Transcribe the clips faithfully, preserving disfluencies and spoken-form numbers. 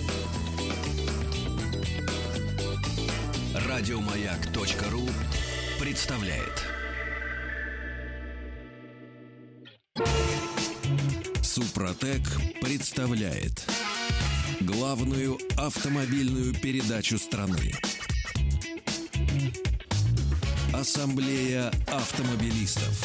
Радиомаяк.ру представляет. Супротек представляет главную автомобильную передачу страны. Ассамблея автомобилистов.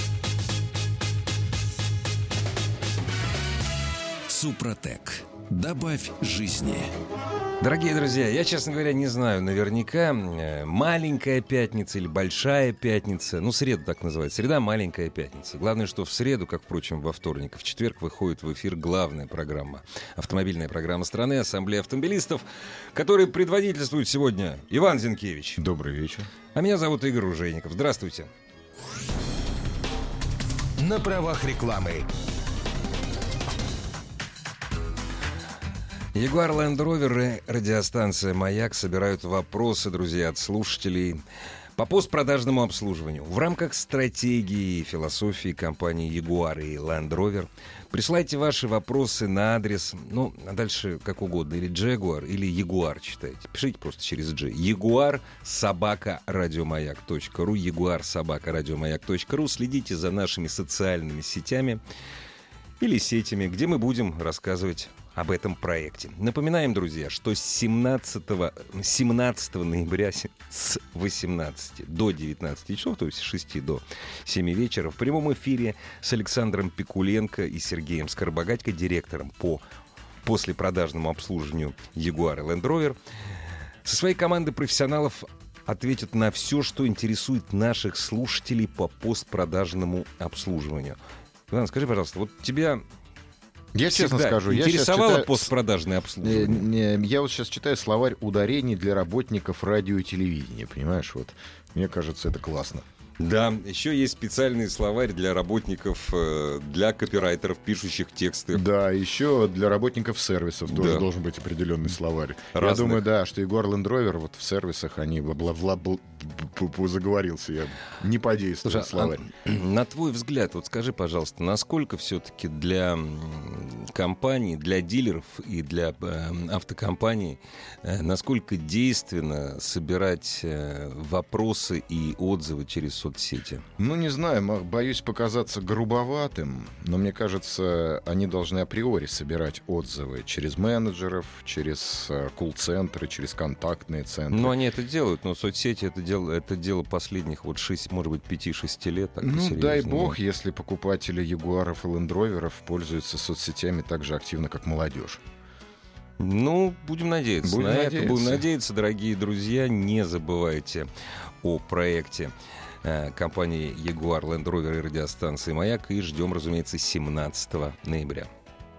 Супротек. Добавь жизни. Дорогие друзья, я, честно говоря, не знаю наверняка, маленькая пятница или большая пятница. Ну, среда так называется. Среда — маленькая пятница. Главное, что в среду, как, впрочем, во вторник, в четверг выходит в эфир главная программа, автомобильная программа страны, Ассамблея автомобилистов, которой предводительствует сегодня Иван Зинкевич. Добрый вечер. А меня зовут Игорь Ружейников. Здравствуйте. На правах рекламы. Jaguar Land Rover и радиостанция «Маяк» собирают вопросы, друзья, от слушателей по постпродажному обслуживанию. В рамках стратегии и философии компании Jaguar и Land Rover присылайте ваши вопросы на адрес, ну, а дальше как угодно, или Jaguar, или Jaguar читайте. Пишите просто через G. Jaguar собака радиомаяк точка ру, Jaguar собака радиомаяк точка ру. Следите за нашими социальными сетями или сетями, где мы будем рассказывать об этом проекте. Напоминаем, друзья, что с семнадцатого, семнадцатого ноября с восемнадцати до девятнадцати часов, то есть с шести до семи вечера, в прямом эфире с Александром Пикуленко и Сергеем Скоробогатько, директором по послепродажному обслуживанию Jaguar и Land Rover, со своей командой профессионалов ответят на все, что интересует наших слушателей по постпродажному обслуживанию. Иван, скажи, пожалуйста, вот тебя... Я честно скажу, я интересовало читаю... постпродажное обслуживание? Не, не, я вот сейчас читаю словарь ударений для работников радио и телевидения, понимаешь? Вот. Мне кажется, это классно. Да, еще есть специальный словарь для работников, для копирайтеров, пишущих тексты. Да, еще для работников сервисов тоже да. должен быть определенный словарь. Разных. Я думаю, да, что Jaguar Land Rover вот в сервисах они бла-бла-бла заговорился, я не подействую. Слушай, словарь. А, на твой взгляд, вот скажи, пожалуйста, насколько все-таки для компаний, для дилеров и для э, автокомпаний, э, насколько действенно собирать э, вопросы и отзывы через соцсети? Ну, не знаю, боюсь показаться грубоватым, но мне кажется, они должны априори собирать отзывы через менеджеров, через э, колл-центры, через контактные центры. Ну, они это делают, но соцсети это дело, это дело последних вот шесть, может быть, пяти-шести лет. Ну, серьезно. Дай бог, если покупатели Ягуаров и Лендроверов пользуются соцсетями так же активно, как молодежь. Ну, будем надеяться будем на надеяться. это. Будем надеяться, дорогие друзья. Не забывайте о проекте э, компании Jaguar Land Rover и радиостанции «Маяк». И ждем, разумеется, семнадцатого ноября.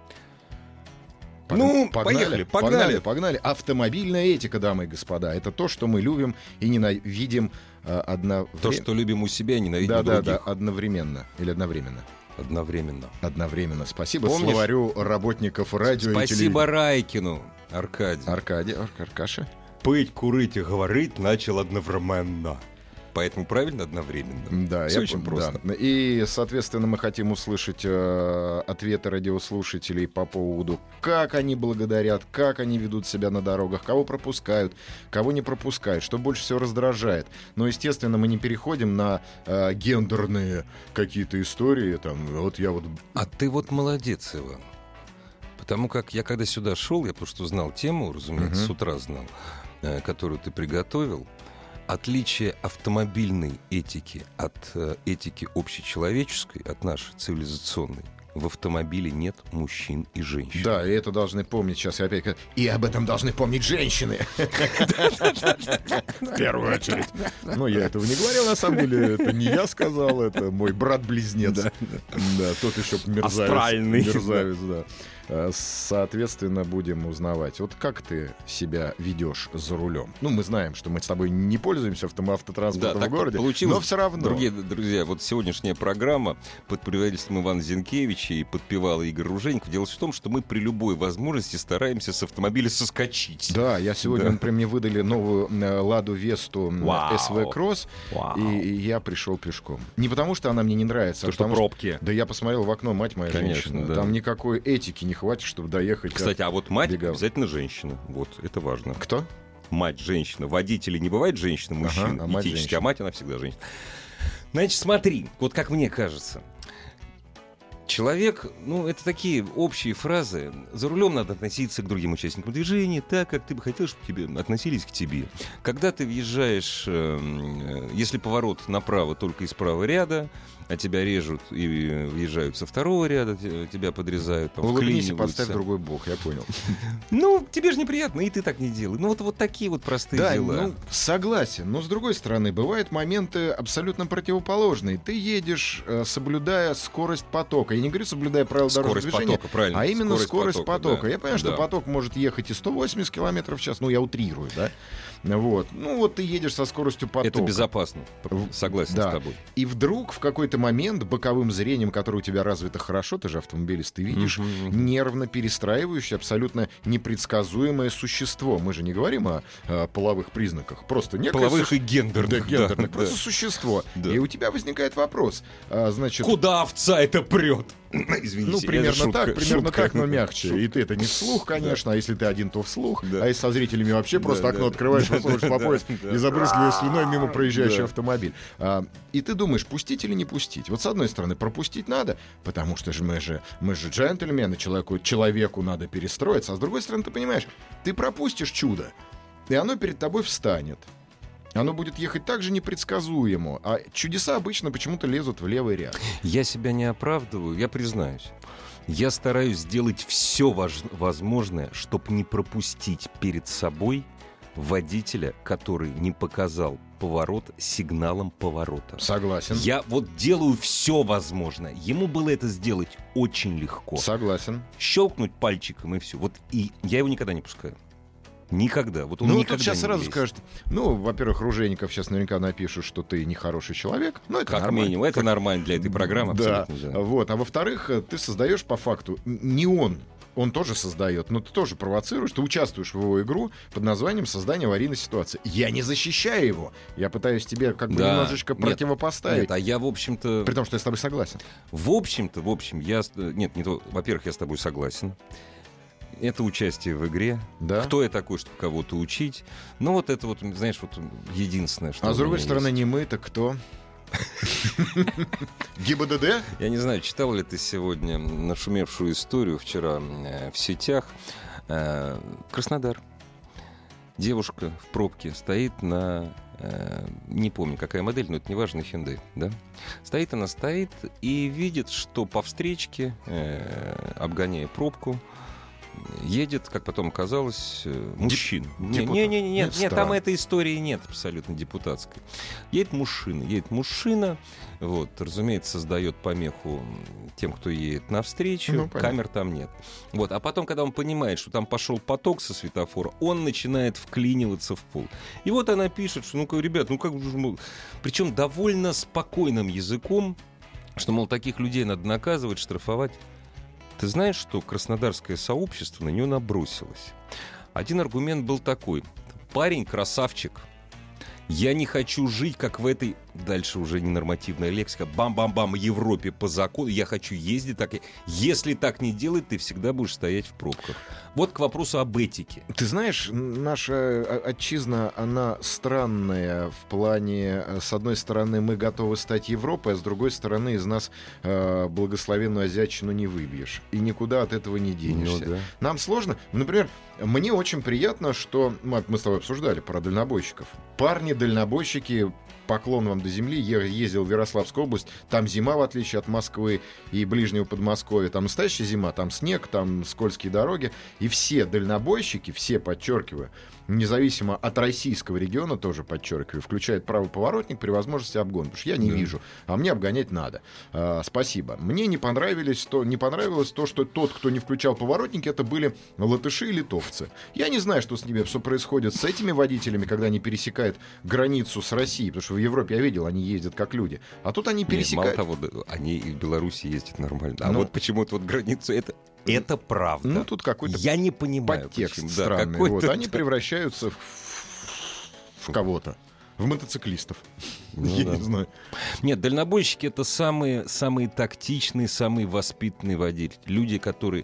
Пог... Ну, погнали, поехали, погнали, погнали. Погнали. Автомобильная этика, дамы и господа, это то, что мы любим и ненавидим э, одновременно. То, что любим у себя, ненавидим да, у других. Да, да, одновременно. Или одновременно. Одновременно. Одновременно. Спасибо Помнишь? Словарю работников радио Спасибо и телевидения. Райкину, Аркадий. Аркадий, Ар- Аркаша. Пыть, курить и говорить начал одновременно. Поэтому правильно одновременно. Да, Все я, очень да. просто. И, соответственно, мы хотим услышать э, ответы радиослушателей по поводу, как они благодарят, как они ведут себя на дорогах, кого пропускают, кого не пропускают, что больше всего раздражает. Но, естественно, мы не переходим на э, гендерные какие-то истории. Там, вот я вот... А ты вот молодец, Иван. Потому как я когда сюда шел, я просто знал тему, разумеется, Мгм. с утра знал, э, которую ты приготовил. Отличие автомобильной этики от э, этики общечеловеческой, от нашей цивилизационной, в автомобиле нет мужчин и женщин. Да, и это должны помнить сейчас. Я опять говорю, и об этом должны помнить женщины. В первую очередь. Ну, я этого не говорил, на самом деле. Это не я сказал, это мой брат-близнец. Да, тот еще мерзавец. Астральный. Мерзавец, да. Соответственно, будем узнавать, вот как ты себя ведешь за рулем. Ну, мы знаем, что мы с тобой не пользуемся авто- автотранспортом Да, в городе, получилось. но все равно. Дорогие друзья, вот сегодняшняя программа под предводительством Ивана Зинкевича и подпевала Игорь Ружейников. Дело в том, что мы при любой возможности стараемся с автомобиля соскочить. Да, я сегодня, Да. например, мне выдали новую э, Ладу Весту Вау. эс ви Кросс, Вау. и, и я пришел пешком. Не потому, что она мне не нравится, То, а что потому пробки. Да я посмотрел в окно, мать моя Конечно, женщина. да. Там никакой этики не хватит, чтобы доехать. Кстати, а вот мать Бегово. обязательно женщина. Вот, это важно. Кто? Мать женщина. Водителей не бывает женщина, мужчина. Ага, а мать этически, женщина. а мать она всегда женщина. Значит, смотри, вот как мне кажется. Человек, ну, это такие общие фразы. За рулем надо относиться к другим участникам движения так, как ты бы хотел, чтобы тебе относились к тебе. Когда ты въезжаешь, э, если поворот направо только из правого ряда, а тебя режут и въезжают со второго ряда, тебя подрезают, там, Улыбнись и вклиниваются. подставь другой бок, я понял. Ну, тебе же неприятно, и ты так не делай. Ну, вот, вот такие вот простые Да, дела. ну, согласен. Но, с другой стороны, бывают моменты абсолютно противоположные. Ты едешь, э, соблюдая скорость потока. Я не говорю, соблюдая правила дорожного Скорость движения, потока, правильно. а именно скорость, Скорость потока. потока, да. Я понимаю, что Да. поток может ехать и сто восемьдесят километров в час. Ну, я утрирую, да? Вот. Ну, вот ты едешь со скоростью потока. Это безопасно. Согласен Да. с тобой. И вдруг в какой-то момент боковым зрением, которое у тебя развито хорошо, ты же автомобилист, ты видишь Мгм. нервно перестраивающее, абсолютно непредсказуемое существо. Мы же не говорим о, э, половых признаках. Просто некое Половых суще- и гендерных. Да, гендерных. да, Просто да. существо. Да. И у тебя возникает вопрос. а, значит, Куда овца это прет? Извините. ну, это примерно шутка, так, примерно шутка. так, но мягче. И ты это не вслух, конечно, а если ты один, то вслух. Да. А если со зрителями вообще просто Да, окно да. открываешь, Да, выходишь да, по да, пояс да. и забрызгиваешь слюной мимо проезжающий Да. автомобиль. А, и ты думаешь, пустить или не пустить? Вот с одной стороны, пропустить надо, потому что же мы же, мы же джентльмены, человеку, человеку надо перестроиться. А с другой стороны, ты понимаешь, ты пропустишь чудо, и оно перед тобой встанет. Оно будет ехать так же непредсказуемо. А чудеса обычно почему-то лезут в левый ряд. Я себя не оправдываю, я признаюсь. Я стараюсь сделать все возможное, чтобы не пропустить перед собой водителя, который не показал поворот сигналом поворота. Согласен. Я вот делаю все возможное. Ему было это сделать очень легко. Согласен. Щелкнуть пальчиком и все. Вот и я его никогда не пускаю. Никогда. Вот он Ну, никогда тут сейчас не сразу лезет. скажут, ну, во-первых, Ружейников сейчас наверняка напишут, что ты нехороший человек. Ну, это Как нормально. минимум. Это нормально для этой программы. Да. Абсолютно, да. Вот. А во-вторых, ты создаешь по факту, н- не он, он тоже создает, но ты тоже провоцируешь, ты участвуешь в его игру под названием создание аварийной ситуации. Я не защищаю его. Я пытаюсь тебе как бы Да. немножечко Нет, противопоставить. Нет, а я, в общем-то... При том, что я с тобой согласен. В общем-то, в общем, я... с- Нет, не то... Во-первых, я с тобой согласен. Это участие в игре. Да. Кто я такой, чтобы кого-то учить? Ну, вот это вот, знаешь, вот единственное, что... А у с другой меня стороны, есть. не мы, так кто? ГИБДД? Я не знаю, читал ли ты сегодня нашумевшую историю вчера э, в сетях. Э, Краснодар. Девушка в пробке стоит на... э, не помню, какая модель, но это не важно, Hyundai, да? Стоит она, стоит и видит, что по встречке, э, обгоняя пробку, едет, как потом оказалось, э, мужчина. Не, депутат. не, не, не, нет, Нет, нет, там странно. этой истории нет абсолютно депутатской. Едет мужчина, едет мужчина, вот, разумеется, создает помеху тем, кто едет навстречу, Ну, понятно. камер там нет. Вот, а потом, когда он понимает, что там пошел поток со светофора, он начинает вклиниваться в пол. И вот она пишет, что, ну-ка, ребят, ну как же... мы-» Причем довольно спокойным языком, что, мол, таких людей надо наказывать, штрафовать. Ты знаешь, что краснодарское сообщество на нее набросилось? Один аргумент был такой. Парень красавчик. Я не хочу жить, как в этой... Дальше уже ненормативная лексика. Бам-бам-бам, Европе по закону. Я хочу ездить так. Если так не делать, ты всегда будешь стоять в пробках. Вот к вопросу об этике. Ты знаешь, наша э, отчизна, она странная в плане, э, с одной стороны, мы готовы стать Европой, а с другой стороны, из нас э, благословенную азиатчину не выбьешь. И никуда от этого не денешься. Ну да. Нам сложно. Например, мне очень приятно, что... Мы мы с тобой обсуждали про дальнобойщиков. Парни-дальнобойщики... Поклон вам до земли, я ездил в Ярославскую область, там зима, в отличие от Москвы и ближнего Подмосковья, там настоящая зима, там снег, там скользкие дороги, и все дальнобойщики, все, подчеркиваю, независимо от российского региона, тоже подчеркиваю, включают правый поворотник при возможности обгона, потому что я не Да. вижу, а мне обгонять надо. А, спасибо. Мне не понравились то, не понравилось то, что тот, кто не включал поворотники, это были латыши и литовцы. Я не знаю, что с ними, что происходит с этими водителями, когда они пересекают границу с Россией, потому что в Европе я видел, они ездят как люди. А тут они Нет, пересекают... мало того, да, они и в Беларуси ездят нормально. А Ну. вот почему-то вот границу это... Это правда. Ну, тут какой-то Я не понимаю, подтекст почему. Да, странный. какой-то- Вот, они превращаются в, в кого-то. В мотоциклистов. Ну Я да. не знаю. Нет, дальнобойщики — это самые, самые тактичные, самые воспитанные водители. Люди, которые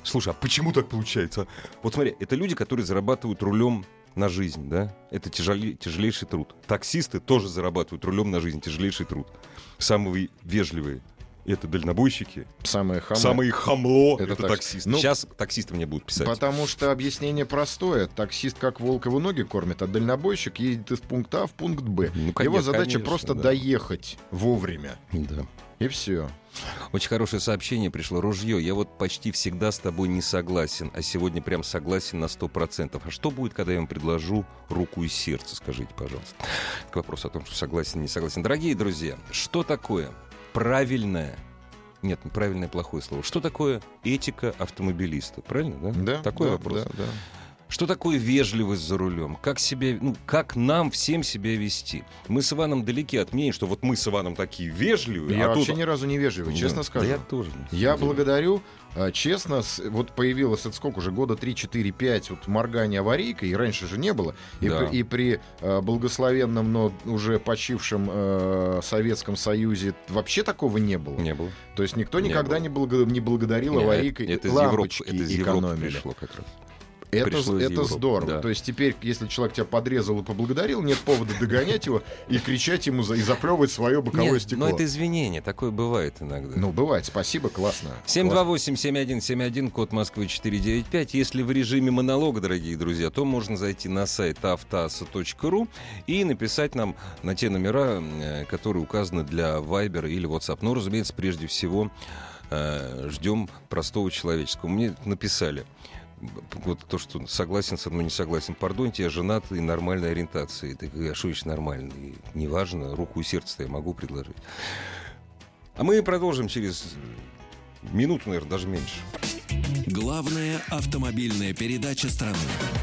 Слушай, а почему так получается? Вот смотри, это люди, которые зарабатывают рулем на жизнь, да? Это тяжелей, тяжелейший труд. Таксисты тоже зарабатывают рулем на жизнь, тяжелейший труд. Самые вежливые — это дальнобойщики. Самое хамло. Самые хамло — это, это так... таксисты. Ну, сейчас таксисты мне будут писать. Потому что объяснение простое. Таксист как волк его ноги кормит, а дальнобойщик едет из пункта А в пункт Б. Ну, конечно, его задача конечно, просто да. доехать вовремя. Да. И все. Очень хорошее сообщение пришло. Ружье, я вот почти всегда с тобой не согласен, а сегодня прям согласен на сто процентов. А что будет, когда я вам предложу руку и сердце, скажите, пожалуйста. Это вопрос о том, что согласен, не согласен. Дорогие друзья, что такое правильное, нет, правильное плохое слово, что такое этика автомобилиста? Правильно, да? Да. Такой да, вопрос. Да, да. Что такое вежливость за рулем? Как себя, ну, как нам всем себя вести? Мы с Иваном далеки от мнения, что вот мы с Иваном такие вежливые. Я а вообще тут... ни разу не вежливый, да. честно скажу. Да я тоже. Я благодарю. Честно, вот появилось это сколько уже, года три, четыре, пять, вот моргание аварийкой, и раньше же не было. И, да. при, и при э, благословенном, но уже почившем э, Советском Союзе вообще такого не было. Не было. То есть никто не никогда не, благо, не благодарил Нет, аварийкой, это лампочки из Европы, это из экономили. Европы пришло как раз. Это, это здорово. Да. То есть теперь, если человек тебя подрезал и поблагодарил, нет повода догонять его и кричать ему за, и заплевывать свое боковое нет, стекло. Но это извинение, такое бывает иногда. Ну, бывает, спасибо, классно. семь два восемь семь один семь один, код Москвы четыре девять пять. Если в режиме монолога, дорогие друзья, то можно зайти на сайт автоаса точка ру и написать нам на те номера, которые указаны для Viber или WhatsApp. Но, разумеется, прежде всего ждем простого человеческого. Мне написали. Вот то, что согласен со мной, не согласен. Пардоньте, я женат и нормальной ориентации. Так, а что еще нормальный? Неважно, руку и сердце-то я могу предложить. А мы продолжим через минуту, наверное, даже меньше. Главная автомобильная передача страны.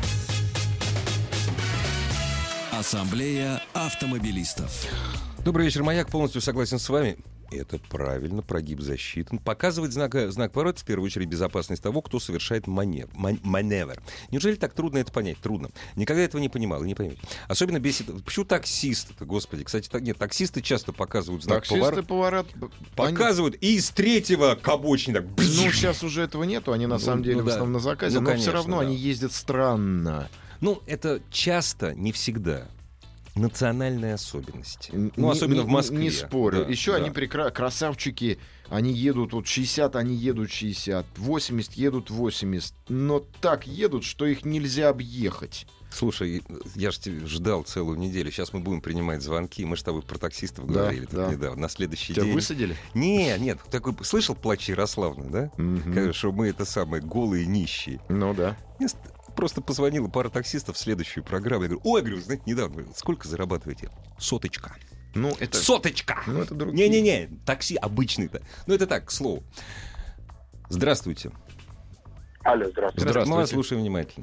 Ассамблея автомобилистов. Добрый вечер, Маяк. Полностью согласен с вами. Это правильно, прогиб засчитан. Показывает знак, знак поворота, в первую очередь, безопасность того, кто совершает маневр, ман, маневр. Неужели так трудно это понять? Трудно. Никогда этого не понимал и не поймете. Особенно бесит... Почему таксисты-то, господи? Кстати, так, нет, таксисты часто показывают знак таксисты поворота. поворот... Показывают они... и из третьего к обочине. Ну, сейчас уже этого нету, они на ну, самом деле ну, в основном да. на заказе, ну, но конечно, все равно да. они ездят странно. Ну, это часто, не всегда. Национальные особенности. Ну, не, особенно не, в Москве. Не спорю. Да, Еще да. они прекра... красавчики. Они едут, вот шестьдесят, они едут шестьдесят. восемьдесят едут восемьдесят. Но так едут, что их нельзя объехать. Слушай, я же тебя ждал целую неделю. Сейчас мы будем принимать звонки. Мы же с тобой про таксистов говорили да, да. недавно. На следующий Тебя день. Тебя высадили? Нет, нет. Такой, слышал плач Ярославны, да? Mm-hmm. Кажется, что мы это самые голые нищие. Ну да. Просто позвонила пара таксистов в следующую программу. Я говорю, ой, я говорю, знаете, недавно, сколько зарабатываете? Соточка. Ну, это... Соточка! Ну, это другие. Не-не-не, такси обычный-то. Ну, это так, к слову. Здравствуйте. Алло, здравствуйте. Здравствуйте. Мы вас слушаем внимательно.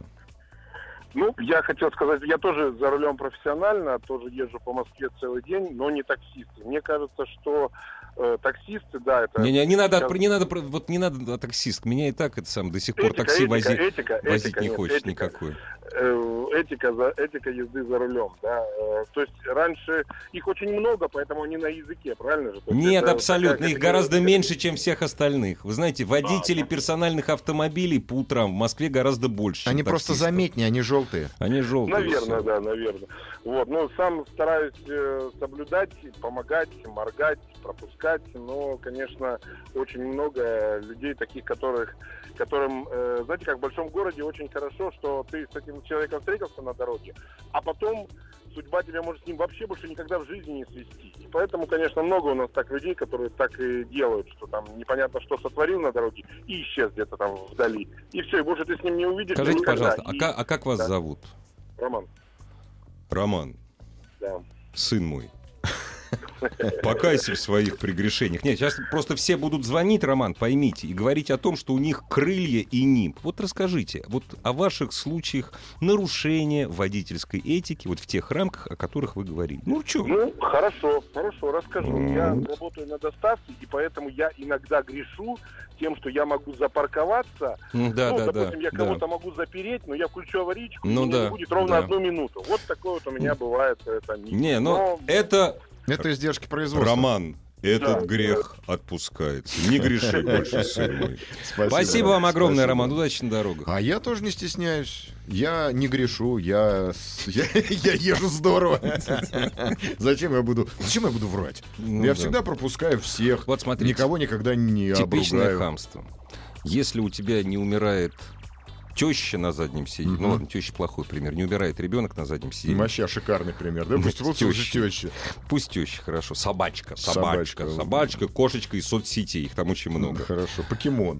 Ну, я хотел сказать, я тоже за рулем профессионально, тоже езжу по Москве целый день, но не таксист. Мне кажется, что э, таксисты, да, это... Не, не, не надо, сейчас... не надо, вот не надо а, таксист. Меня и так это сам до сих пор этика, такси этика, вози... этика, возить этика, не нет, хочет этика. никакой. Этика, за, этика езды за рулем, да. То есть раньше их очень много, поэтому они на языке, правильно же? Нет, абсолютно. Их гораздо меньше, чем всех остальных. Вы знаете, водителей да. персональных автомобилей по утрам в Москве гораздо больше, чем Они таксистов. Просто заметнее, они желтые. Они желтые. Наверное, да, наверное. Вот, ну, сам стараюсь э, соблюдать, помогать, моргать, пропускать, но, конечно, очень много людей таких, которых, которым, э, знаете, как в большом городе очень хорошо, что ты с этим человеком встретился на дороге, а потом судьба тебя может с ним вообще больше никогда в жизни не свести. И поэтому, конечно, много у нас так людей, которые так и делают, что там непонятно, что сотворил на дороге и исчез где-то там вдали. И все, и больше ты с ним не увидишь. Скажите, никогда. пожалуйста, и... а, как, а как вас да. зовут? Роман. Роман. Да. Сын мой. Покайся в своих прегрешениях. Нет, сейчас просто все будут звонить, Роман, поймите, и говорить о том, что у них крылья и нимб. Вот расскажите вот о ваших случаях нарушения водительской этики вот в тех рамках, о которых вы говорили. Ну, что? Ну, хорошо, хорошо, расскажу. Mm-hmm. Я работаю на доставке, и поэтому я иногда грешу тем, что я могу запарковаться. Mm, да, ну, да, допустим, да, я кого-то да. могу запереть, но я включу аварийку, ну, и да, не будет ровно да. одну минуту. Вот такое вот у меня бывает. Это не, но, но это... Это издержки производства. Роман, этот Да. грех отпускается. Не греши больше, сын мой. Спасибо, Спасибо вам огромное, Спасибо. Роман. Удачи на дорогах. А я тоже не стесняюсь. Я не грешу, я, с- я, я езжу здорово. Зачем я буду, зачем я буду врать? Ну я да. всегда пропускаю всех. Вот смотрите. Никого никогда не Типичное обругаю. хамство. Если у тебя не умирает теща на заднем сиденье, ну ладно, теща плохой пример, не умирает ребенок на заднем сиденье, Вообще шикарный пример. Да, пусть вот Теща. уже теща. пусть теща, хорошо, собачка, собачка, Собачка. собачка, кошечка из соцсетей, их там очень много. Хорошо. Покемон.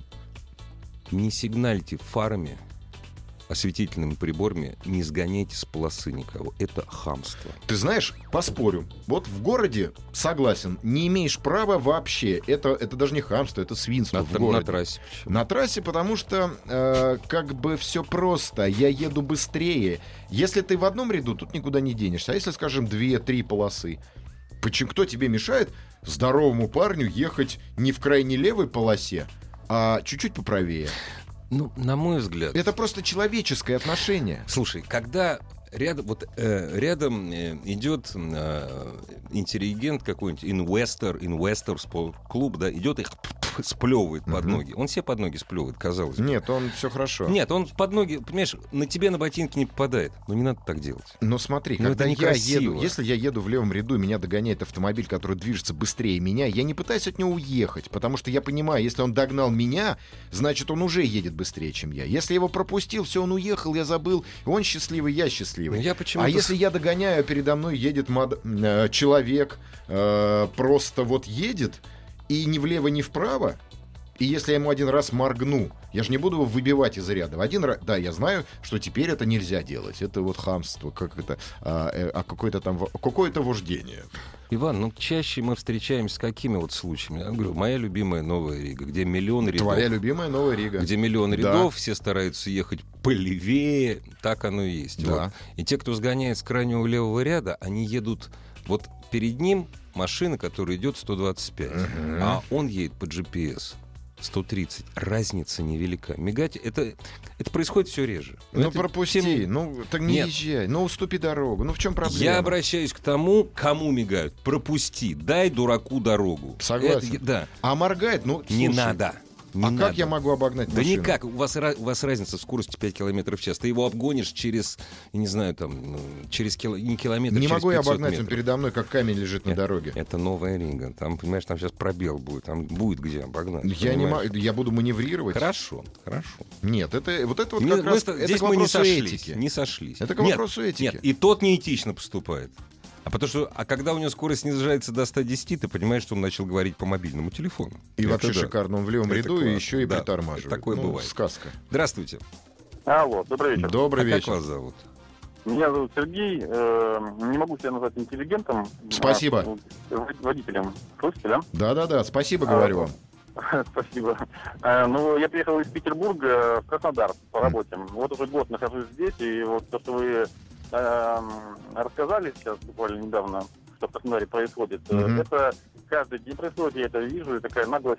Не сигнальте фарами, осветительными приборами, не сгоняйте с полосы никого. Это хамство. Ты знаешь, поспорю. Вот в городе, согласен, не имеешь права вообще. Это, это даже не хамство, это свинство На, в тр- городе. на трассе. почему? На трассе, потому что э, как бы все просто. Я еду быстрее. Если ты в одном ряду, тут никуда не денешься. А если, скажем, две-три полосы, почему, кто тебе мешает здоровому парню ехать не в крайне левой полосе, а чуть-чуть поправее? Ну, на мой взгляд... Это просто человеческое отношение. Слушай, когда рядом, вот, э, рядом э, идет э, интеллигент какой-нибудь, инвестор, инвестор, клуб, да, идет и сплевывает под Мгм. ноги. Он все под ноги сплевывает, казалось бы. Нет, он все хорошо. Нет, он под ноги, понимаешь, на тебе на ботинки не попадает. Но не надо так делать. Но смотри, Ну, когда это я некрасиво. еду, если я еду в левом ряду, и меня догоняет автомобиль, который движется быстрее меня, я не пытаюсь от него уехать, потому что я понимаю, если он догнал меня, значит, он уже едет быстрее, чем я. Если я его пропустил, все, он уехал, я забыл, он счастливый, я счастливый. Ну, я почему-то А если я догоняю, а передо мной едет мод- э, человек, э, просто вот едет, и ни влево, ни вправо, и если я ему один раз моргну, я же не буду его выбивать из ряда. В один раз, да, я знаю, что теперь это нельзя делать. Это вот хамство, как это, а, э, а какое-то там, во- какое-то вождение. Иван, ну чаще мы встречаемся с какими вот случаями? Я говорю, моя любимая Новая Рига, где миллион рядов. Твоя любимая Новая Рига. Где миллион Да. рядов, все стараются ехать полевее, так оно и есть. Да. Вот. И те, кто сгоняет с крайнего левого ряда, они едут, вот перед ним машина, которая идет сто двадцать пять, Мгм. а он едет по джи пи эс сто тридцать. Разница невелика. Мигать, это, это происходит все реже. Ну Это пропусти, тем- ну так не Нет. езжай, ну уступи дорогу. Ну в чем проблема? Я обращаюсь к тому, кому мигают. Пропусти, дай дураку дорогу. Согласен. Это- да, А моргает, ну не слушай, надо. Не а надо. как я могу обогнать Да машину? никак. У вас, ра- у вас разница в скорости пять километров в час. Ты его обгонишь через, я не знаю, там, ну, через кило, не километр, Не через могу я пятьсот обогнать, он метров. передо мной как камень лежит на Нет. дороге. Это Новая Рига. Там, понимаешь, там сейчас пробел будет. Там будет где обогнать. Я не понимаешь? могу, я буду маневрировать. Хорошо, хорошо. Нет, это вот это вот Не- как мы раз с- это здесь к мы не вопросу сошлись. этики. Не сошлись. Это к Нет, вопросу этики. Нет, и тот неэтично поступает. А потому что, а когда у него скорость снижается до ста десяти, ты понимаешь, что он начал говорить по мобильному телефону. И Это вообще да. шикарно, он в левом Это ряду и классно. еще и Да, притормаживает. такое Ну, бывает. Сказка. Здравствуйте. Алло, добрый вечер. Добрый а вечер. как вас зовут? Меня зовут Сергей. э, не могу себя назвать интеллигентом. Спасибо. а, водителем. Слышите, да? Да-да-да, спасибо, А, говорю вам. Спасибо. Э, Ну, я приехал из Петербурга в Краснодар по работе. Вот уже год нахожусь здесь, и вот то, что вы эм, рассказали сейчас буквально недавно, что в Краснодаре происходит, э, Мгм. это каждый день происходит, я это вижу, и такая наглость,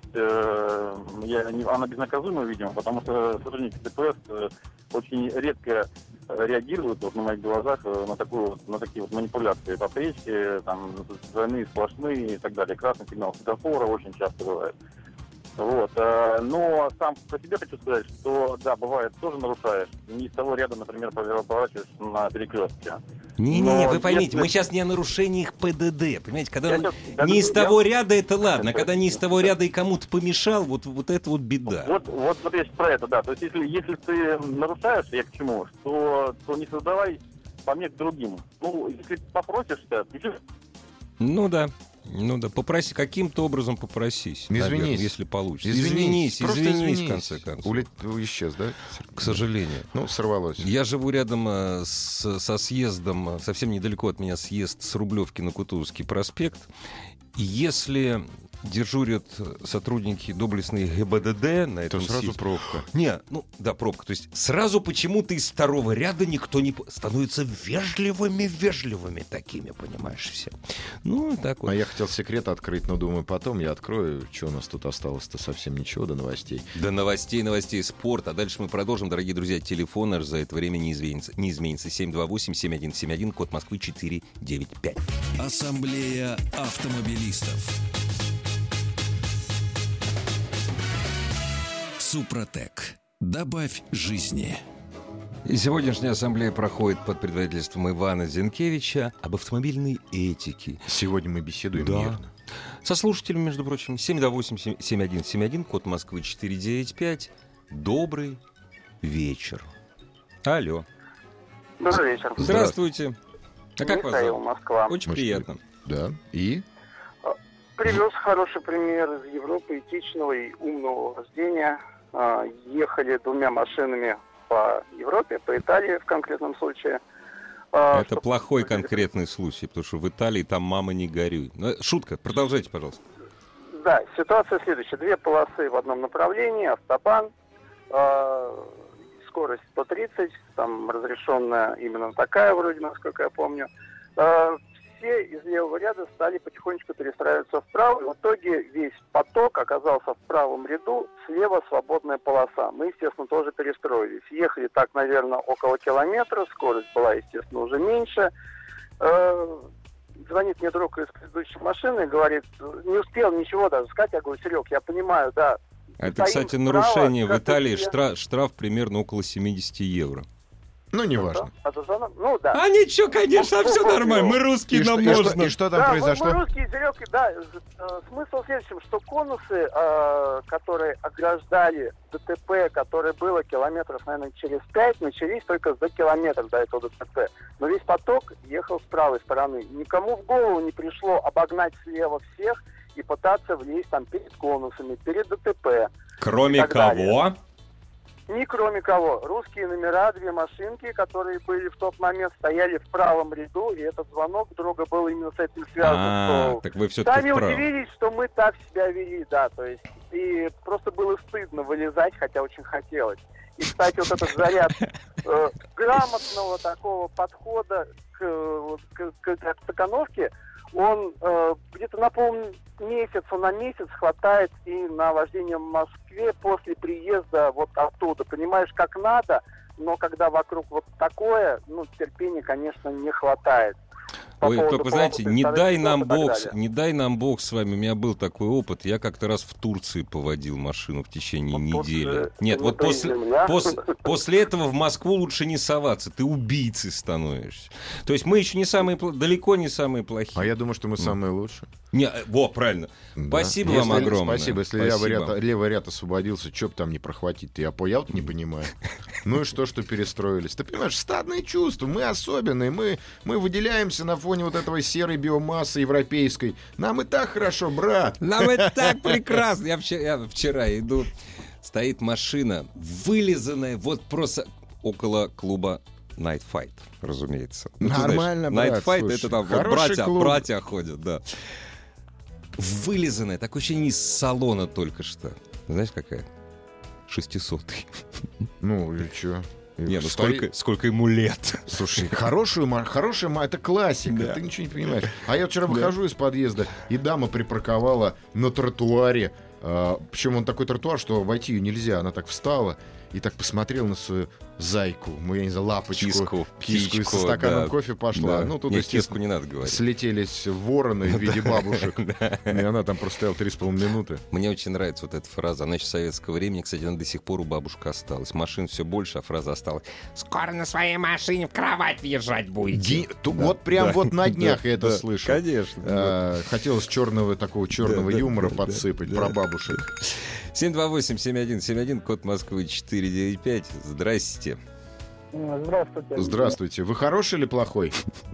э, я, не- она безнаказуема, видимо, потому что сотрудники ДПС э, очень редко э, реагируют вот, на моих глазах э, на, такую, вот- на такие вот манипуляции по встречке, там, двойные, сплошные и так далее. Красный сигнал светофора очень часто бывает. Вот. э, Но сам по себе хочу сказать, что да, бывает, тоже нарушаешь. Не с того ряда, например, поворачиваешь на перекрестке. Не-не-не, Но вы поймите, если- мы сейчас не о нарушении их ПДД. Понимаете, когда Я он щас- я- не из я- того ряда, это ладно. А когда не из того ряда и кому-то помешал, вот, вот это вот беда. Вот, вот, вот я сейчас про это, да. То есть, если, если ты нарушаешь, я к чему, то, то не создавай помех другим. Ну, если попросишься, включи. Ну да. Ну да, попроси, каким-то образом попросись. Извинись. наверное, если получится. Извинись, Извинись, просто извинись, извинись. в конце концов. Улет... Исчез, да? К сожалению. Ну, сорвалось. Я живу рядом э, с, со съездом, э, совсем недалеко от меня съезд с Рублевки на Кутузовский проспект. И если дежурят сотрудники доблестной ГИБДД на этом То сразу съезде- пробка. Не, ну да, пробка. То есть сразу почему-то из второго ряда никто не... по- становится вежливыми-вежливыми такими, понимаешь, все. Ну, так вот. А я хотел секрет открыть, но думаю, потом я открою. Что у нас тут осталось-то совсем ничего до новостей. До новостей, новостей спорта. А дальше мы продолжим, дорогие друзья. Телефон наш за это время не изменится. Не изменится. семь два восемь семь один семь один, код Москвы четыре девять пять. Ассамблея автомобилистов. Супротек. Добавь жизни. И сегодняшняя ассамблея проходит под предводительством Ивана Зинкевича об автомобильной этике. Сегодня мы беседуем Да. мирно. Со слушателями, между прочим, семь два восемь семь один семь один, код Москвы четыре девять пять. Добрый вечер. Алло. Добрый вечер. Здравствуйте. А как вас Михаил, зовут? Москва. Очень Может, приятно. Да. И? Привез хороший пример из Европы этичного и умного вождения. А, Ехали двумя машинами по Европе, по Италии в конкретном случае. А, Это чтоб- плохой конкретный случай, потому что в Италии там мама не горюй. Ну, шутка, продолжайте, пожалуйста. Да, ситуация следующая. Две полосы в одном направлении, автобан, а, скорость сто тридцать, там разрешенная именно такая вроде, насколько я помню. А, Все из левого ряда стали потихонечку перестраиваться вправо, и в итоге весь поток оказался в правом ряду, слева свободная полоса. Мы, естественно, тоже перестроились. Ехали так, наверное, около километра, скорость была, естественно, уже меньше. Э, Звонит мне друг из предыдущей машины и говорит, не успел ничего даже сказать. Я говорю, Серег, я понимаю, да. Это, Стоим кстати, справа, нарушение в как Италии. все. Штраф, штраф примерно около семьдесят евро. Ну, неважно. А то звонок? Ну, да. А ничего, конечно, все нормально, мы русские, И что, и что- и что там Да, произошло? мы, мы русские, Серег, да. э, Смысл в следующем, что конусы, э, которые ограждали ДТП, которое было километров, наверное, через пять, начались только за километр до этого ДТП. Но весь поток ехал с правой стороны. Никому в голову не пришло обогнать слева всех и пытаться влезть там перед конусами, перед ДТП. Кроме так далее. кого? Ни кроме кого. Русские номера, две машинки, которые были в тот момент, стояли в правом ряду, и этот звонок друга был именно с этим связан. А, что так вы все-таки Сами вправо. удивились, что мы так себя вели, да, то есть, и просто было стыдно вылезать, хотя очень хотелось. И, кстати, вот этот заряд э, грамотного такого подхода к, э, вот, к, к, к стакановке, он э, где-то на полмесяца, на месяц хватает и на вождение в Москве после приезда вот оттуда. Понимаешь, как надо, но когда вокруг вот такое, ну, терпения, конечно, не хватает. По Ой, поводу только, знаете, полосы не вторых дай рядов нам и так Бог, далее. не дай нам Бог с вами. У меня был такой опыт. Я как-то раз в Турции поводил машину в течение Ну, тут недели. же Нет, не вот то после, земля. после, после этого в Москву лучше не соваться. Ты убийцей становишься. То есть мы еще не самые, пл- далеко не самые плохие. А я думаю, что мы самые лучшие. Не, э, во, правильно. Да. Спасибо Если- вам огромное. Спасибо. Если Спасибо. левый ряд, левый ряд освободился, что бы там не прохватить-то? Я, по- я вот не понимаю. Ну и что, что перестроились? Ты понимаешь, стадные чувства, мы особенные, мы, мы выделяемся на фоне вот этого серой биомассы европейской. Нам и так хорошо, брат. Нам это так прекрасно. Я вчера, я вчера иду, стоит машина, вылизанная вот просто около клуба Night Fight, разумеется. Ну, ты Нормально, знаешь, брат, Night Fight слушай, это там вот хороший братья, клуб. братья ходят, да. Вылизанная, такое ощущение из салона только что. Знаешь, какая? Шестисотый. Ну и что? Не, ну сколько, сколько ему лет? Слушай, хорошую, ма- хорошая, ма- это классика, Да. ты ничего не понимаешь. А я вчера выхожу из подъезда, и дама припарковала на тротуаре. а, причем он такой тротуар, что войти ее нельзя. Она так встала и так посмотрела на свою зайку, ну, я не знаю, лапочку, Киску, киску, и со птичку, стаканом да. кофе пошла. Да. Ну, тут, Нет, естественно, киску не надо говорить. слетелись вороны в виде бабушек. И она там просто стояла три с половиной минуты. Мне очень нравится вот эта фраза. Она еще советского времени, кстати, она до сих пор у бабушки осталась. Машин все больше, а фраза осталась. Скоро на своей машине в кровать въезжать будете. Ди- ту- Вот прям Да. вот на днях Да, я это да, слышал. Конечно. А, Хотелось черного, такого черного Да, да, юмора да, подсыпать да, про да. бабушек. семь два восемь семь один семь один, код Москвы четыре девять пять. Здрасте. Здравствуйте. Здравствуйте. Вы хороший или плохой?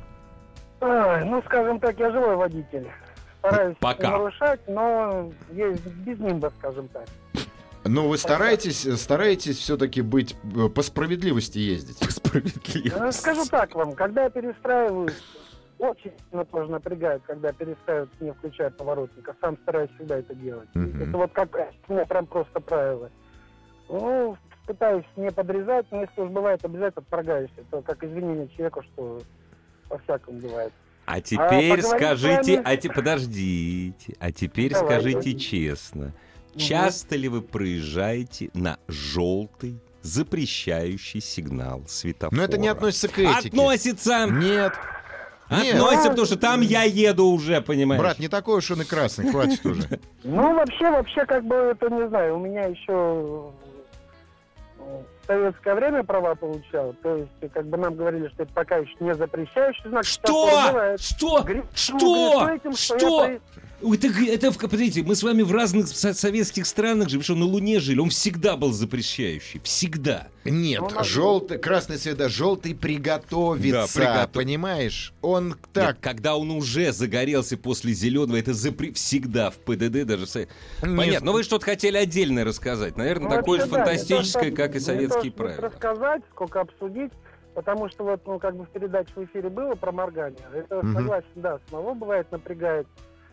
Ой, ну, скажем так, я живой водитель. Стараюсь Пока. не нарушать, но есть без нимба, скажем так. Но вы стараетесь, стараетесь все-таки быть э, по справедливости ездить. Ну, скажу так вам, когда я перестраиваюсь, очень сильно тоже напрягает, когда перестраивают, не включая поворотник, а сам стараюсь всегда это делать. Мгм. Это вот как у меня прям просто правило. Ну, пытаюсь не подрезать, но если уж бывает, обязательно отторгаюсь. Это как извинение человеку, что по-всякому бывает. А теперь поговорим скажите, с вами. а те, подождите, а теперь Давайте. скажите честно, часто ли вы проезжаете на желтый запрещающий сигнал светофора? Но это не относится к этике. Относится! Нет. Нет. Относится, потому что там я еду уже, понимаешь? Брат, не такой уж он и красный, хватит уже. Ну, вообще, вообще, как бы, это, не знаю, у меня еще в советское время права получал, то есть как бы нам говорили, что это пока еще не запрещающий знак. Что? Что? Грешу, Что? грешу этим, что? Что? Я... Это, это, подождите, мы с вами в разных со- советских странах живем, что на Луне жили, он всегда был запрещающий, всегда. Нет, Ну, желтый, красный цвет, да, желтый приготовится, Да, приготов- понимаешь? Он так... Нет, когда он уже загорелся после зеленого, это запре- всегда в ПДД даже... в со- Понятно, но вы что-то хотели отдельное рассказать, наверное, Ну, такое же вообще, да, фантастическое, не то, что- как и не советские то, что правила. рассказать, сколько обсудить, потому что вот, ну, как бы в передаче в эфире было про моргание. Это, Мгм. согласен, да, самого бывает напрягает.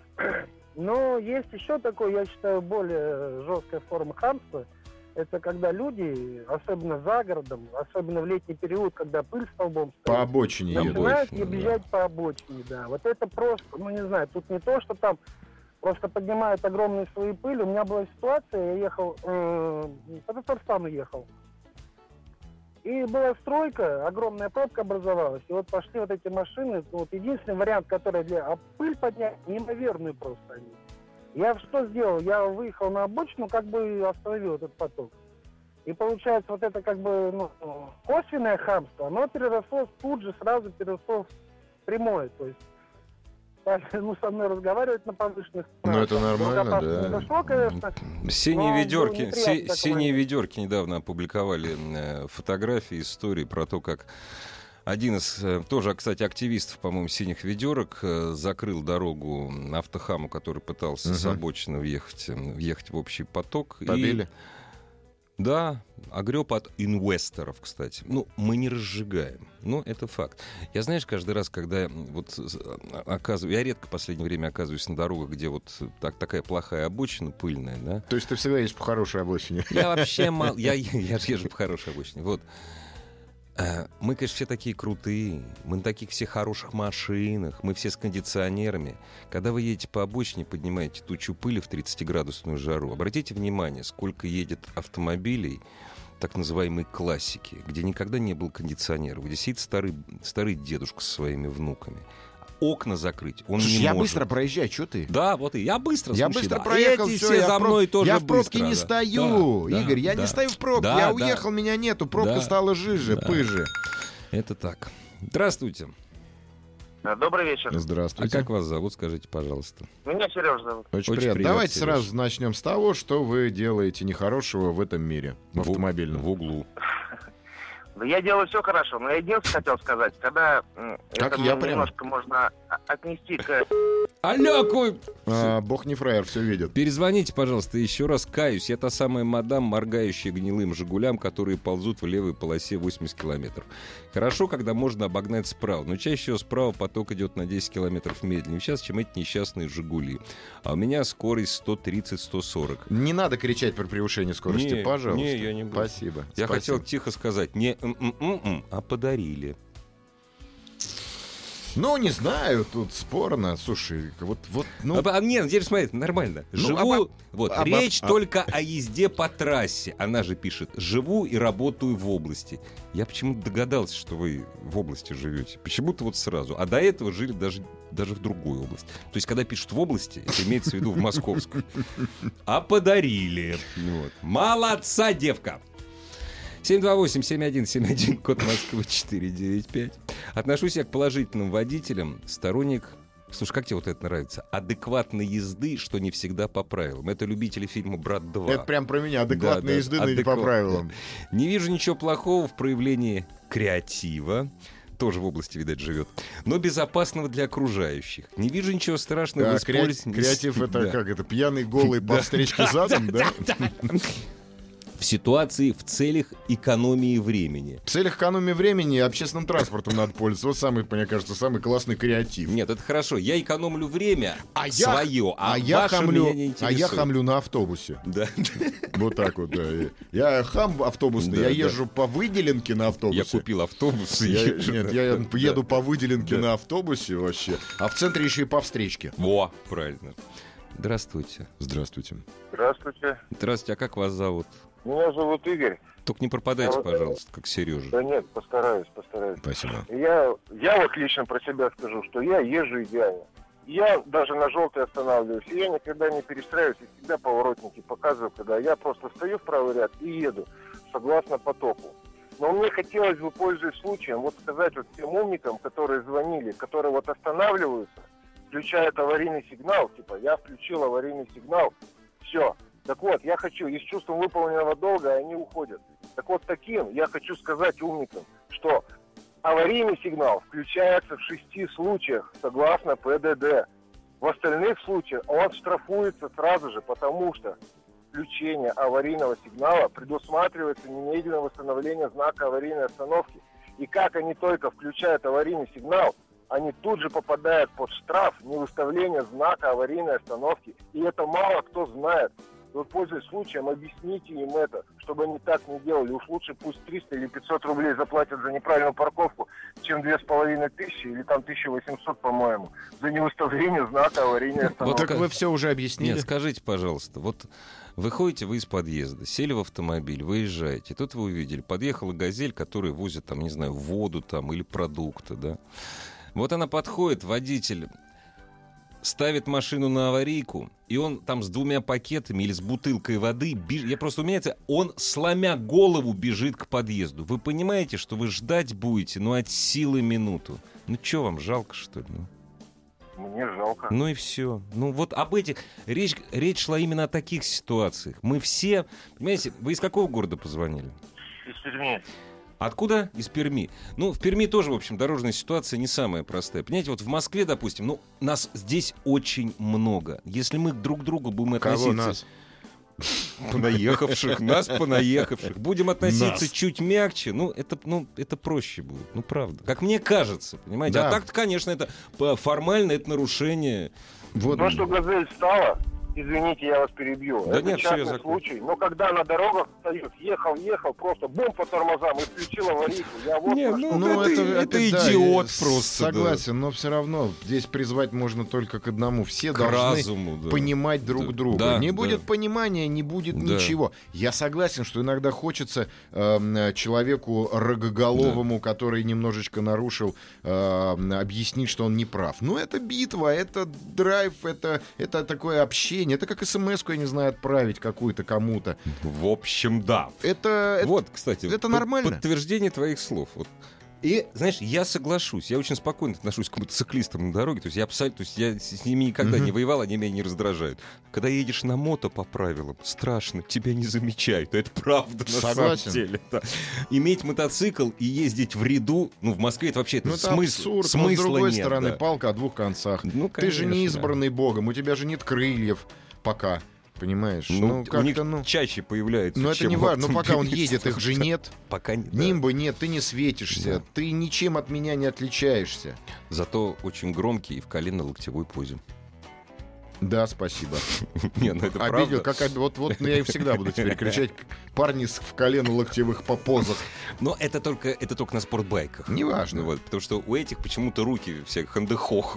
Но есть еще такое, я считаю, более жесткая форма хамства. Это когда люди, особенно за городом, особенно в летний период, когда пыль столбом По стоит, обочине едут. начинают Обочине, да. ебежать по обочине, да. Вот это просто, ну не знаю, тут не то, что там просто поднимают огромные слои пыли. У меня была ситуация, я ехал, э, по Татарстану ехал. И была стройка, огромная пробка образовалась. И вот пошли вот эти машины. Вот единственный вариант, который для... А пыль поднять неимоверную просто они. Я что сделал? Я выехал на обочину, как бы остановил этот поток. И получается, вот это как бы ну, косвенное хамство, оно переросло тут же, сразу переросло в прямое. То есть ну, со мной разговаривать на повышенных Ну, это тонах. нормально, Долгопарски да. не дошло, конечно. Синие Но ведерки, было си- неприятно такой синие момент. ведерки недавно опубликовали э, фотографии, истории про то, как один из, э, тоже, кстати, активистов, по-моему, синих ведерок э, закрыл дорогу автохаму, который пытался Мгм. с обочины въехать, э, въехать в общий поток. И- Побили? Да, огреб от инвесторов, кстати. Ну, мы не разжигаем, но это факт. Я, знаешь, каждый раз, когда вот оказываю, я редко в последнее время оказываюсь на дорогах, где вот так, такая плохая обочина, пыльная, да. То есть ты всегда есть по хорошей обочине. Я вообще мало, я, я же езжу по хорошей обочине. Вот. Э, Мы, конечно, все такие крутые, мы на таких всех хороших машинах, мы все с кондиционерами. Когда вы едете по обочине, поднимаете тучу пыли в тридцатиградусную жару, обратите внимание, сколько едет автомобилей, так называемой классики, где никогда не был кондиционера, где сидит старый, старый дедушка со своими внуками. Окна закрыть он Слушай, не я может. быстро проезжаю, что ты? Да, вот и я быстро, Я слушай, быстро да. проехал, Эти всё, все я за в проб- мной тоже Я в пробке быстро, не да. стою, Да, Игорь, я да. не стою в пробке. Да, я да. уехал, меня нету, пробка Да. стала жиже, Да. пыже. Это так. Здравствуйте. Добрый вечер. А Здравствуйте. как вас зовут, скажите, пожалуйста. Меня Сереж зовут. Очень, Очень приятно. приятно, Давайте Сереж. сразу начнем с того, что вы делаете нехорошего в этом мире, в автомобильном. В углу. Да я делаю все хорошо, но я единственное хотел сказать, когда м, Как это я м, прям. немножко можно а- отнести к... Алло, кой... А, бог не фраер, все видит. Перезвоните, пожалуйста, еще раз каюсь. Я та самая мадам, моргающая гнилым «Жигулям», которые ползут в левой полосе восемьдесят километров. Хорошо, когда можно обогнать справа, но чаще всего справа поток идет на десять километров медленнее сейчас, чем эти несчастные «Жигули». А у меня скорость сто тридцать - сто сорок. Не надо кричать про превышение скорости, Не, пожалуйста. не, я не буду. Спасибо. Я Спасибо. хотел тихо сказать, не м-м-м-м, а подарили. Ну, не знаю, тут спорно. Слушай, вот, вот, ну... А, а, нет, теперь смотри, нормально. Ну, Живу, оба- вот, оба- речь а- только о езде по трассе. Она же пишет, живу и работаю в области. Я почему-то догадался, что вы в области живете. Почему-то вот сразу. А до этого жили даже, даже в другой области. То есть, когда пишут в области, это имеется в виду в московскую. А подарили. Вот. Молодца, девка. семь два восемь семь один семь один, код Москвы четыре девять пять. Отношусь я к положительным водителям, сторонник... Слушай, как тебе вот это нравится? Адекватной езды, что не всегда по правилам. Это любители фильма «Брат два». Это прям про меня, адекватной Да, да, езды, но не по адекват- правилам. Не вижу ничего плохого в проявлении креатива. Тоже в области, видать, живет. Но безопасного для окружающих. Не вижу ничего страшного А, в креа- использовании... Креатив это Да. как это? Пьяный голый по встречке задом, да? В ситуации в целях экономии времени. В целях экономии времени общественным транспортом надо пользоваться. Вот самый, мне кажется, самый классный креатив. Нет, это хорошо. Я экономлю время А я- свое, а, А я, ваше хамлю, меня не а интересует. я хамлю на автобусе. Да. Вот так вот, да. Я хам автобусный, Да, я да. езжу по выделенке на автобусе. Я купил автобус. и Я- езжу. нет, я Да. еду по выделенке Да. на автобусе вообще. А в центре еще и по встречке. Во, правильно. Здравствуйте. Здравствуйте. Здравствуйте. Здравствуйте, а как вас зовут? Меня зовут Игорь. Только не пропадайте, А вот- пожалуйста, как Сережа. Да нет, постараюсь, постараюсь. Спасибо. Я, я вот лично про себя скажу, что я езжу идеально. Я даже на желтый останавливаюсь, и я никогда не перестраиваюсь, и всегда поворотники показываю, когда я просто стою в правый ряд и еду. согласно потоку. Но мне хотелось бы, пользуясь случаем, вот сказать вот тем умникам, которые звонили, которые вот останавливаются, включают аварийный сигнал, типа, я включил аварийный сигнал, все. Так вот, я хочу, и с чувством выполненного долга они уходят. Так вот, таким я хочу сказать умникам, что аварийный сигнал включается в шести случаях согласно ПДД. В остальных случаях он штрафуется сразу же, потому что включение аварийного сигнала предусматривается немедленное восстановление знака аварийной остановки. И как они только включают аварийный сигнал, они тут же попадают под штраф невыставления знака аварийной остановки. И это мало кто знает. И вот, пользуясь случаем, объясните им это, чтобы они так не делали. Уж лучше пусть триста или пятьсот рублей заплатят за неправильную парковку, чем две с половиной тысячи или там тысяча восемьсот, по-моему, за невыставление знака аварийной остановки. Вот так вы все уже объяснили. Нет, скажите, пожалуйста, вот выходите вы из подъезда, сели в автомобиль, выезжаете, тут вы увидели, подъехала «Газель», которая возит, там, не знаю, воду там или продукты, да. Вот она подходит, водитель ставит машину на аварийку, и он там с двумя пакетами или с бутылкой воды, беж... я просто умеется, он, сломя голову, бежит к подъезду. Вы понимаете, что вы ждать будете, ну, от силы минуту. Ну, что вам, жалко, что ли? Ну? Мне жалко. Ну и все. Ну вот об этих... Речь, речь шла именно о таких ситуациях. Мы все... Понимаете, вы из какого города позвонили? Из Перми. Откуда? Из Перми. Ну, в Перми тоже, в общем, дорожная ситуация не самая простая. Понимаете, вот в Москве, допустим, ну, нас здесь очень много. Если мы друг к другу будем относиться... Кого нас? Понаехавших, нас понаехавших. Будем относиться Нас. чуть мягче, ну это, ну, это проще будет. Ну, правда. Как мне кажется, понимаете? Да. А так-то, конечно, это по- формально это нарушение. Вот. То, что «Газель» встала, извините, я вас перебью. Да это нет, всё, я частный закончу. случай. Но когда на дорогах встают, ехал, ехал, просто бум по тормозам и включил аварийку. Я вот Не, на ну, что. Ну, это- это, это да, идиот я просто, Согласен, но все равно здесь призвать можно только к одному. Все К должны разуму, да. понимать друг Да, друга. да, не да. будет понимания, не будет Да. ничего. Я согласен, что иногда хочется эм, человеку рогоголовому, который немножечко нарушил, эм, объяснить, что он не прав. Но это битва, это драйв, это, это такое общение. Это как смс-ку, я не знаю, отправить какую-то кому-то. В общем, да. Это, это- Вот, кстати, это под- нормально. подтверждение твоих слов. Вот. И, знаешь, я соглашусь, я очень спокойно отношусь к мотоциклистам на дороге, то есть я абсолютно, то есть я с ними никогда Мгм. не воевал, они меня не раздражают. Когда едешь на мото по правилам, страшно, тебя не замечают, это правда на Согласен. самом деле. Да. Иметь мотоцикл и ездить в ряду, ну, в Москве это вообще это Ну, это смысл, абсурд, но смысла с другой нет, стороны, да. палка о двух концах. Ну, Ты же не конечно. избранный Богом, у тебя же нет крыльев пока, понимаешь? Ну, Ну, у них как-то, ну... чаще появляется, Но это чем не у важно, но пока он автомобилистов. едет, их же нет. Пока нет. да. Нимба нет, ты не светишься, Да. ты ничем от меня не отличаешься. Зато очень громкий и в колено-локтевой позе. Да, спасибо. Не, ну это Обидел, правда. как об- вот, вот я и всегда буду теперь кричать: парни с в колено локтевых попозах. Но это только, это только на спортбайках. Неважно. Ну вот, потому что у этих почему-то руки все хандехох.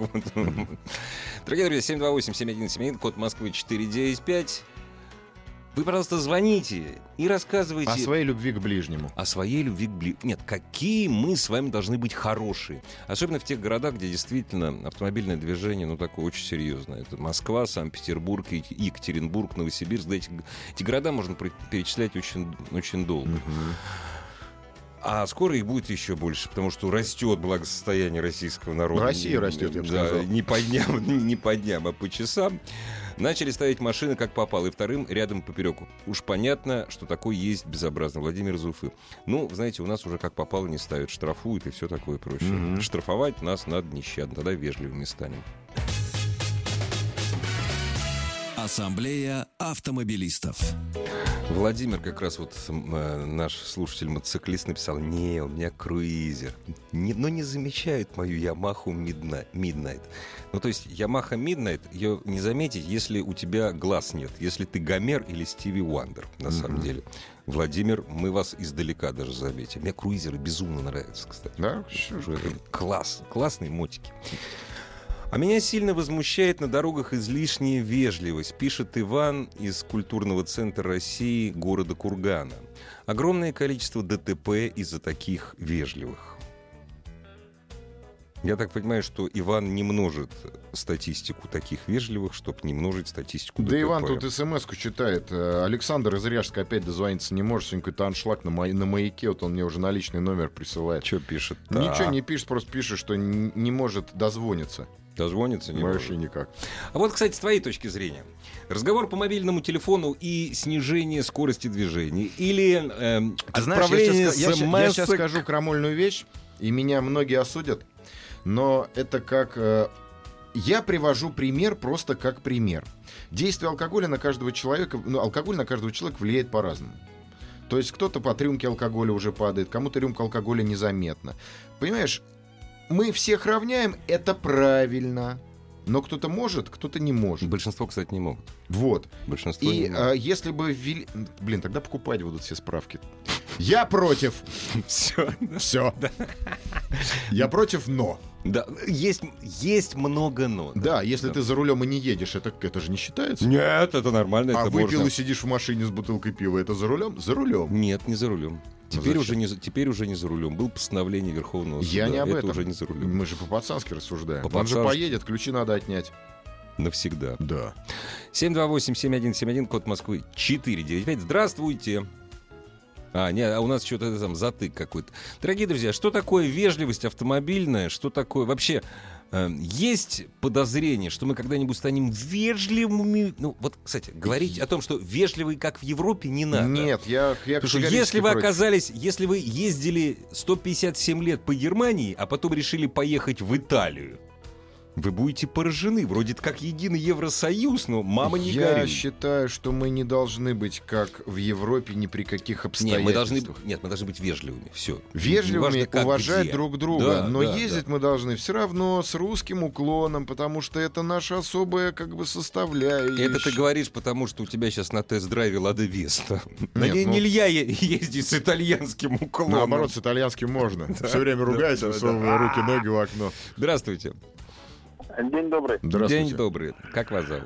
Дорогие друзья, семь два восемь семь один семь один, код Москвы четыре девять пять. Вы, пожалуйста, звоните и рассказывайте О своей любви к ближнему. о своей любви к бли... Нет, какие мы с вами должны быть хорошие. Особенно в тех городах, где действительно автомобильное движение, ну, такое очень серьезное. Это Москва, Санкт-Петербург, Е- Екатеринбург, Новосибирск. Да, эти, эти города можно при- перечислять очень, очень долго. А скоро их будет еще больше, потому что растет благосостояние российского народа. Россия растет, я бы Да, сказал. не по дням, не по дням, а по часам. Начали ставить машины как попало, и вторым рядом попереку. Уж понятно, что такое есть безобразно. Владимир из Уфы. Ну, знаете, у нас уже как попало не ставят, штрафуют и все такое прочее. Мгм. Штрафовать нас надо нещадно, тогда вежливыми станем. Ассамблея автомобилистов. Владимир, как раз вот э, наш слушатель-мотоциклист, написал: не, у меня круизер. Не, но не замечают мою Yamaha Midnight. Midnight. Ну, то есть Yamaha Midnight, ее не заметить, если у тебя глаз нет. Если ты Гомер или Стиви Уандер, на самом деле. Владимир, мы вас издалека даже заметим. Мне круизеры безумно нравятся, кстати. Да? Уже это класс, классные мотики. А меня сильно возмущает на дорогах излишняя вежливость, пишет Иван из культурного центра России города Кургана. Огромное количество ДТП из-за таких вежливых. Я так понимаю, что Иван не множит статистику таких вежливых, чтобы не множить статистику Да ДТП. Иван тут смс-ку читает. Александр из Ряжска опять дозвониться не может. Сегодня какой-то аншлаг на, ма- на маяке. Вот он мне уже на личный номер присылает. Что пишет? Ничего не пишет, просто пишет, что н- не может дозвониться. Дозвониться не Вообще может. никак. А вот, кстати, с твоей точки зрения. Разговор по мобильному телефону и снижение скорости движения. Или э, А знаешь, я отправление сейчас, я, щас- я сейчас смс-ок. скажу крамольную вещь, и меня многие осудят, но это как... э, я привожу пример просто как пример. Действие алкоголя на каждого человека... Ну, алкоголь на каждого человека влияет по-разному. То есть кто-то по рюмке алкоголя уже падает, кому-то рюмка алкоголя незаметна. Понимаешь, мы всех равняем, это правильно. Но кто-то может, кто-то не может. Большинство, кстати, не могут. Вот. Большинство И не могут. а, если бы ввели... Блин, тогда покупать будут все справки. Я против. Все. Все. Я против, но. Да, есть, есть много но. Да, если ты за рулем и не едешь, это, это же не считается. Нет, это нормально. А это выпил можно. и сидишь в машине с бутылкой пива, это за рулем? За рулем. Нет, не за рулем. Ну, Теперь, зачем? уже не, за- теперь уже не за рулем. Был постановление Верховного суда. Я не об это этом. уже не за рулем. Мы же по-пацански рассуждаем. Он же По-пацански. поедет, ключи надо отнять. Навсегда. Да. семь два восемь семь один семь один, код Москвы четыре девять пять. Здравствуйте. А, нет, а у нас что-то там затык какой-то. Дорогие друзья, что такое вежливость автомобильная? Что такое вообще... э, есть подозрение, что мы когда-нибудь станем вежливыми? Ну, вот, кстати, говорить о том, что вежливый, как в Европе, не надо. Нет, я, я Потому что категорически если вы против. оказались, если вы ездили сто пятьдесят семь лет по Германии, а потом решили поехать в Италию, вы будете поражены. Вроде как единый Евросоюз, но мама не Я горюй. считаю, что мы не должны быть как в Европе ни при каких Нет, обстоятельствах. мы должны, нет, мы должны быть вежливыми. Все. Вежливыми, уважать друг друга. Да, но да, ездить да. мы должны все равно с русским уклоном, потому что это наша особая как бы составляющая. Это ты говоришь, потому что у тебя сейчас на тест-драйве Лада Веста. На Нет, ней ну- нельзя е- ездить с итальянским уклоном. Наоборот, с итальянским можно. Да, Все время да, ругаясь, да, высовывая руки, ноги в окно. Здравствуйте. День добрый. Здравствуйте. День добрый. Как вас зовут?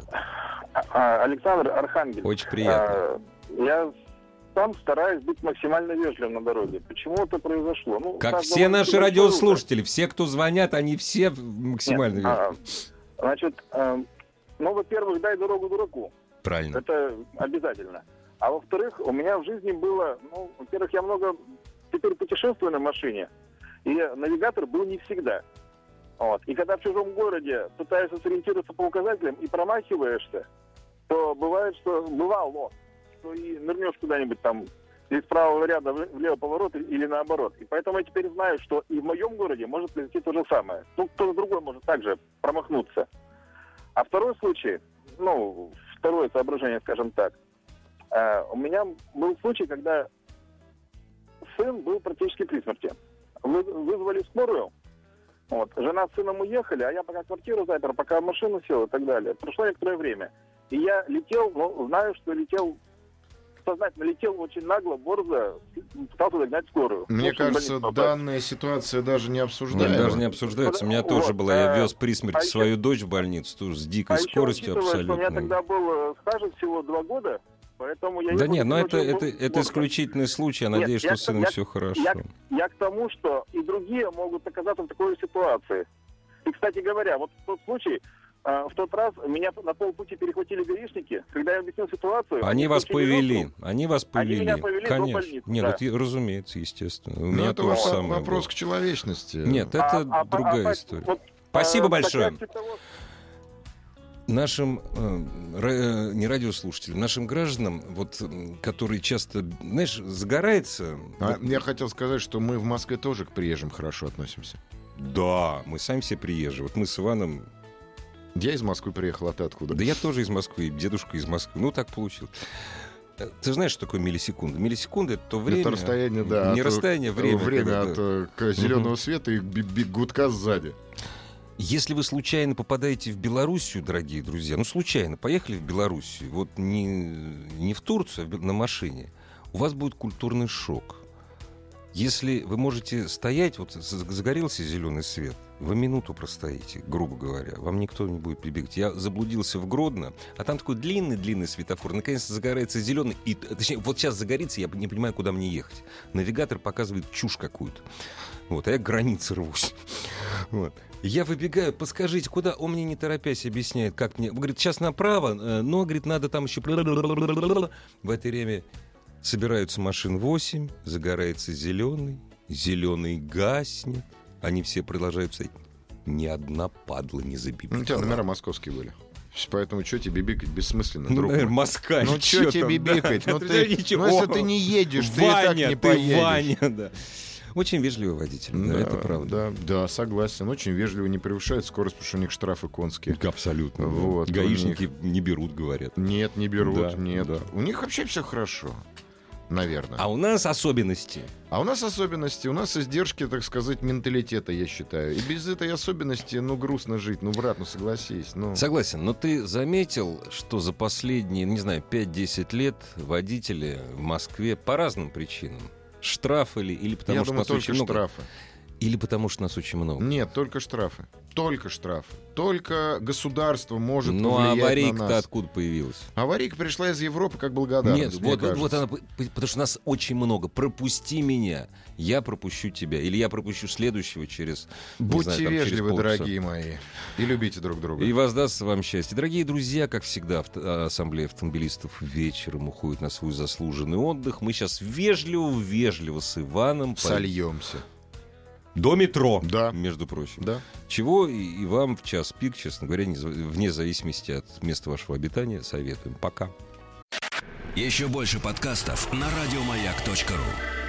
А, Александр Архангельск. Очень приятно. А, я сам стараюсь быть максимально вежливым на дороге. Почему это произошло? Ну, Как у нас все довольно наши большой радиослушатели, все, кто звонят, они все максимально Нет, вежливы. а, Значит, а, ну, во-первых, дай дорогу дураку. Правильно. Это обязательно. А во-вторых, у меня в жизни было... Ну, во-первых, я много теперь путешествую на машине, и навигатор был не всегда. Вот. И когда в чужом городе пытаешься сориентироваться по указателям и промахиваешься, то бывает, что бывало, что и нырнешь куда-нибудь там из правого ряда в в левый поворот или наоборот. И поэтому я теперь знаю, что и в моем городе может произойти то же самое. Ну, кто-то другой может также промахнуться. А второй случай, ну, второе соображение, скажем так. Э, у меня был случай, когда сын был практически при смерти. Вы- вызвали скорую. Вот. Жена с сыном уехали, а я пока квартиру запер, пока в машину сел и так далее. Прошло некоторое время. И я летел, ну, знаю, что летел, сознательно летел очень нагло, борзо, пытался догнать скорую. Мне В общем, кажется, больница данная ситуация даже не Нет, обсуждаема. даже не обсуждается. У меня Вот, тоже было. Я а, вез при смерти а еще- свою дочь в больницу, тоже с дикой А еще скоростью учитывая, что у меня абсолютно. тогда был э, стажик всего два года, поэтому я... Да ехал нет, но это, очень это, бор- это борзо. исключительный случай. Я Нет, надеюсь, я- что с сыном я- все хорошо. Я, я к тому, что и другие могут оказаться в такой ситуации. И, кстати говоря, вот в тот случай, э, в тот раз меня на полпути перехватили гаишники, когда я объяснил ситуацию. Они вас включили повели. руку. Они вас Они повели. меня повели до Конечно. больницы, Нет, да. вот, и- разумеется, естественно. У Ну, меня это то же вопрос- самое вопрос было. к человечности. Нет, это А- а- другая а- история. вот, Спасибо э, большое. в качестве того- Нашим, э, ра- не радиослушателям, нашим гражданам, вот, м, которые часто, знаешь, загорается... А вот- я хотел сказать, что мы в Москве тоже к приезжим хорошо относимся. Да, мы сами все приезжие. Вот мы с Иваном... Я из Москвы приехал, а ты откуда? Да я тоже из Москвы, дедушка из Москвы. Ну, так получилось. Э, Ты знаешь, что такое миллисекунда? Миллисекунда — это то время... Это расстояние, да. Не от, расстояние, э, время. Время когда от ты- э, к зеленого света и би- би- гудка сзади. Если вы случайно попадаете в Белоруссию, дорогие друзья, ну, случайно поехали в Белоруссию, вот не, не в Турцию, а в Бел- на машине, у вас будет культурный шок. Если вы можете стоять, вот з- загорелся зеленый свет, вы минуту простоите, грубо говоря, вам никто не будет прибегать. Я заблудился в Гродно, а там такой длинный-длинный светофор, наконец-то загорается зеленый, и, точнее, вот сейчас загорится, я не понимаю, куда мне ехать. Навигатор показывает чушь какую-то. Вот, а я к границе рвусь. Вот. Я выбегаю, подскажите, куда? Он мне не торопясь объясняет, как мне. Говорит, сейчас направо, но, говорит, надо там еще... В это время собираются машин восемь, загорается зеленый, зеленый гаснет. Они все продолжают стоять. Ни одна падла не забибикала. Ну, у тебя номера московские были. Поэтому что тебе бибикать бессмысленно, Ну, друг наверное, мой. москаль. Ну что тебе там, бибикать? да. Ну, Да ты, ничего. ну если ты не едешь, ты Ваня, и так не ты поедешь. Ваня, да. Очень вежливый водитель, да, Да, это правда. Да, да, согласен. Очень вежливо, не превышает скорость, потому что у них штрафы конские. Абсолютно. Вот, Гаишники у не берут, говорят. Нет, не берут, Да, нет. да. У них вообще все хорошо, наверное. А у нас особенности. А у нас особенности, у нас издержки, так сказать, менталитета, я считаю. И без этой особенности, ну, грустно жить. Ну, брат, ну, согласись. Ну. Согласен, но ты заметил, что за последние, не знаю, пять-десять лет водители в Москве по разным причинам штрафали или потому Я что думаю, нас только очень много, штрафы. или потому что нас очень много. Нет, только штрафы. Только штрафы. Только государство может Ну а повлиять на аварийка-то нас. откуда появилась? Аварийка пришла из Европы как благодарность, Нет, мне вот, вот, вот кажется. она, п- потому что нас очень много. Пропусти меня, я пропущу тебя, или я пропущу следующего через. не Будьте знаю, там, через вежливы, полчаса. дорогие мои, и любите друг друга. И воздастся вам счастье. Дорогие друзья, как всегда, авто- ассамблея автомобилистов вечером уходит на свой заслуженный отдых. Мы сейчас вежливо-вежливо с Иваном по- Сольемся. до метро, Да. между прочим. Да. Чего и, и вам в час пик, честно говоря, не за- вне зависимости от места вашего обитания, советуем. Пока. Еще больше подкастов на радиомаяк точка ру.